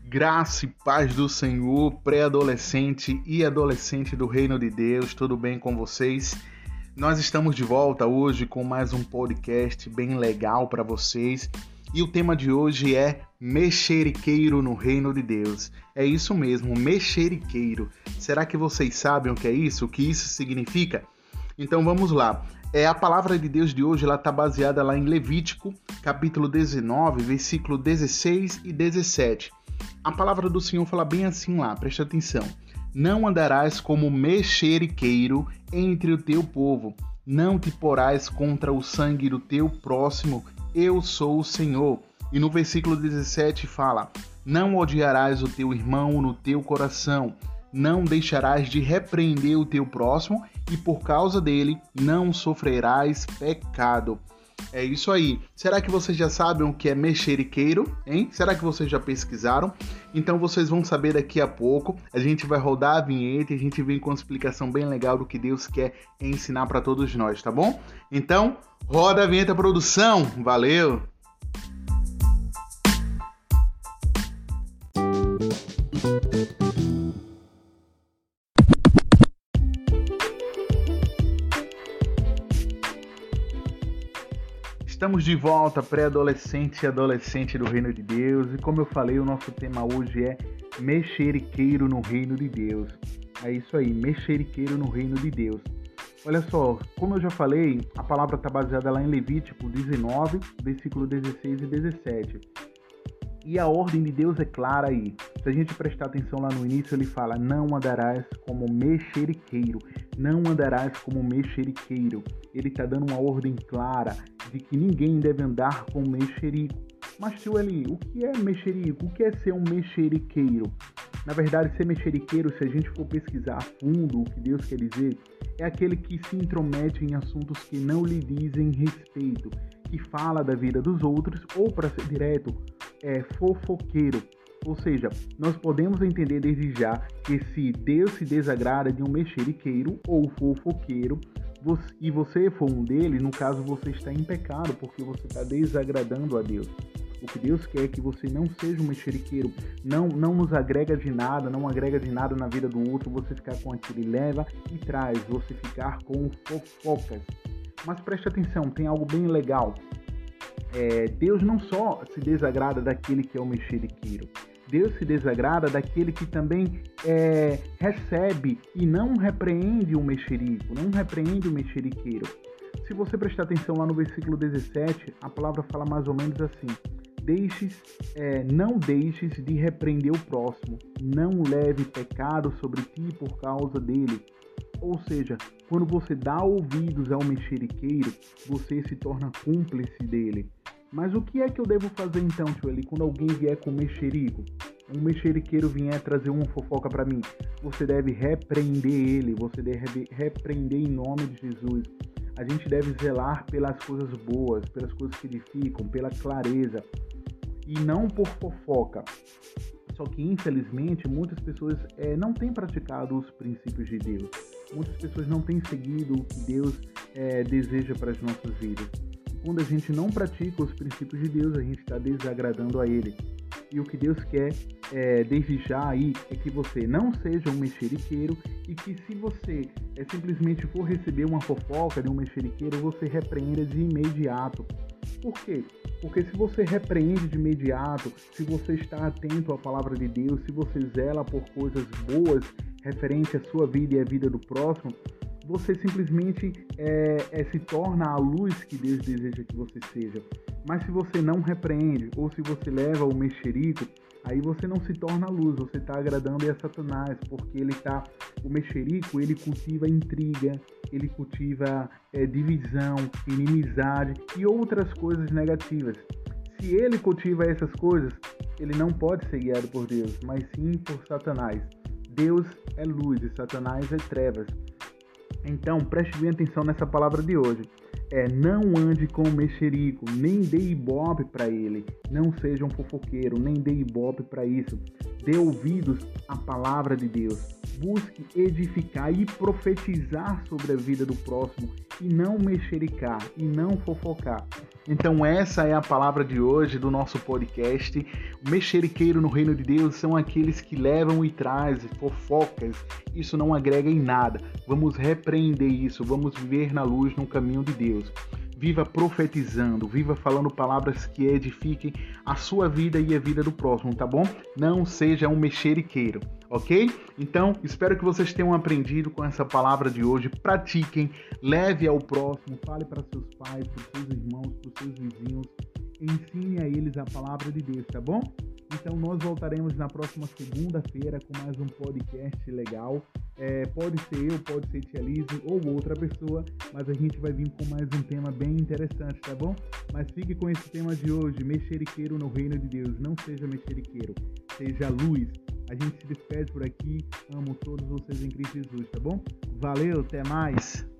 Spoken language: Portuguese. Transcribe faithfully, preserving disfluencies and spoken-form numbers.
Graça e paz do Senhor, pré-adolescente e adolescente do Reino de Deus, tudo bem com vocês? Nós estamos de volta hoje com mais um podcast bem legal para vocês e o tema de hoje é mexeriqueiro no Reino de Deus. É isso mesmo, mexeriqueiro. Será que vocês sabem o que é isso? O que isso significa? Então vamos lá. É, a palavra de Deus de hoje está baseada lá em Levítico, capítulo dezenove, versículo dezesseis e dezessete. A palavra do Senhor fala bem assim lá, preste atenção. Não andarás como mexeriqueiro entre o teu povo, não te porás contra o sangue do teu próximo, eu sou o Senhor. E no versículo dezessete fala, não odiarás o teu irmão no teu coração, não deixarás de repreender o teu próximo e por causa dele não sofrerás pecado. É isso aí. Será que vocês já sabem o que é mexeriqueiro, hein? Será que vocês já pesquisaram? Então vocês vão saber daqui a pouco. A gente vai rodar a vinheta e a gente vem com uma explicação bem legal do que Deus quer ensinar para todos nós, tá bom? Então, roda a vinheta, produção. Valeu! Estamos de volta, pré-adolescente e adolescente do Reino de Deus. E como eu falei, o nosso tema hoje é mexeriqueiro no Reino de Deus. É isso aí, mexeriqueiro no Reino de Deus. Olha só, como eu já falei, a palavra está baseada lá em Levítico dezenove, versículo dezesseis e dezessete. E a ordem de Deus é clara aí. Se a gente prestar atenção lá no início, ele fala, não andarás como mexeriqueiro. Não andarás como mexeriqueiro. Ele está dando uma ordem clara de que ninguém deve andar com mexerico. Mas, tio Eli, o que é mexerico? O que é ser um mexeriqueiro? Na verdade, ser mexeriqueiro, se a gente for pesquisar a fundo o que Deus quer dizer, é aquele que se intromete em assuntos que não lhe dizem respeito, que fala da vida dos outros, ou, para ser direto, é fofoqueiro. Ou seja, nós podemos entender desde já que se Deus se desagrada de um mexeriqueiro ou fofoqueiro, você, e você for um deles, no caso você está em pecado, porque você está desagradando a Deus. O que Deus quer é que você não seja um mexeriqueiro, não, não nos agrega de nada, não agrega de nada na vida do outro, você ficar com aquilo e leva e traz, você ficar com fofocas. Mas preste atenção, tem algo bem legal. É, Deus não só se desagrada daquele que é o mexeriqueiro, Deus se desagrada daquele que também é, recebe e não repreende o mexerico, não repreende o mexeriqueiro. Se você prestar atenção lá no versículo dezessete, a palavra fala mais ou menos assim, deixes, é, não deixes de repreender o próximo, não leve pecado sobre ti por causa dele. Ou seja, quando você dá ouvidos ao mexeriqueiro, você se torna cúmplice dele. Mas o que é que eu devo fazer então, tio Eli, quando alguém vier com mexerico? Um mexeriqueiro vier trazer uma fofoca para mim. Você deve repreender ele, você deve repreender em nome de Jesus. A gente deve zelar pelas coisas boas, pelas coisas que edificam, pela clareza, e não por fofoca. Só que, infelizmente, muitas pessoas é, não têm praticado os princípios de Deus. Muitas pessoas não têm seguido o que Deus é, deseja para as nossas vidas. Quando a gente não pratica os princípios de Deus, a gente está desagradando a Ele. E o que Deus quer, é, desde já aí, é que você não seja um mexeriqueiro e que se você é, simplesmente for receber uma fofoca de um mexeriqueiro, você repreenda de imediato. Por quê? Porque se você repreende de imediato, se você está atento à palavra de Deus, se você zela por coisas boas referente à sua vida e à vida do próximo, você simplesmente é, é, se torna a luz que Deus deseja que você seja. Mas se você não repreende, ou se você leva o mexerico, aí você não se torna a luz, você está agradando a Satanás, porque ele tá, o mexerico ele cultiva intriga, ele cultiva é, divisão, inimizade e outras coisas negativas. Se ele cultiva essas coisas, ele não pode ser guiado por Deus, mas sim por Satanás. Deus é luz e Satanás é trevas. Então, preste bem atenção nessa palavra de hoje. É, não ande com o mexerico, nem dê ibope para ele. Não seja um fofoqueiro, nem dê ibope para isso. Dê ouvidos à palavra de Deus. Busque edificar e profetizar sobre a vida do próximo e não mexericar e não fofocar. Então essa é a palavra de hoje do nosso podcast. O mexeriqueiro no reino de Deus são aqueles que levam e trazem fofocas. Isso não agrega em nada. Vamos repreender isso, vamos viver na luz, no caminho de Deus. Viva profetizando, viva falando palavras que edifiquem a sua vida e a vida do próximo, tá bom? Não seja um mexeriqueiro, ok? Então, espero que vocês tenham aprendido com essa palavra de hoje. Pratiquem, leve ao próximo, fale para seus pais, para seus irmãos, para os seus vizinhos. Ensine a eles a palavra de Deus, tá bom? Então, nós voltaremos na próxima segunda-feira com mais um podcast legal. É, pode ser eu, pode ser Tia Liz ou outra pessoa, mas a gente vai vir com mais um tema bem interessante, tá bom? Mas fique com esse tema de hoje, mexeriqueiro no reino de Deus. Não seja mexeriqueiro, seja luz. A gente se despede por aqui. Amo todos vocês em Cristo Jesus, tá bom? Valeu, até mais!